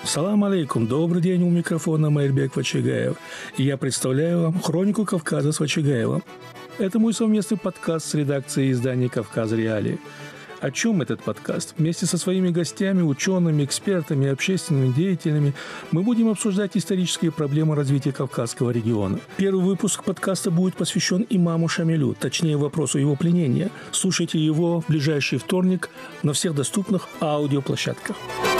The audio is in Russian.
Салам алейкум, добрый день, у микрофона Майрбек Вачигаев. И я представляю вам «Хронику Кавказа» с Вачигаевым. Это мой совместный подкаст с редакцией издания «Кавказ Реалии». О чем этот подкаст? Вместе со своими гостями, учеными, экспертами, общественными деятелями мы будем обсуждать исторические проблемы развития Кавказского региона. Первый выпуск подкаста будет посвящен имаму Шамилю, точнее вопросу его пленения. Слушайте его в ближайший вторник на всех доступных аудиоплощадках.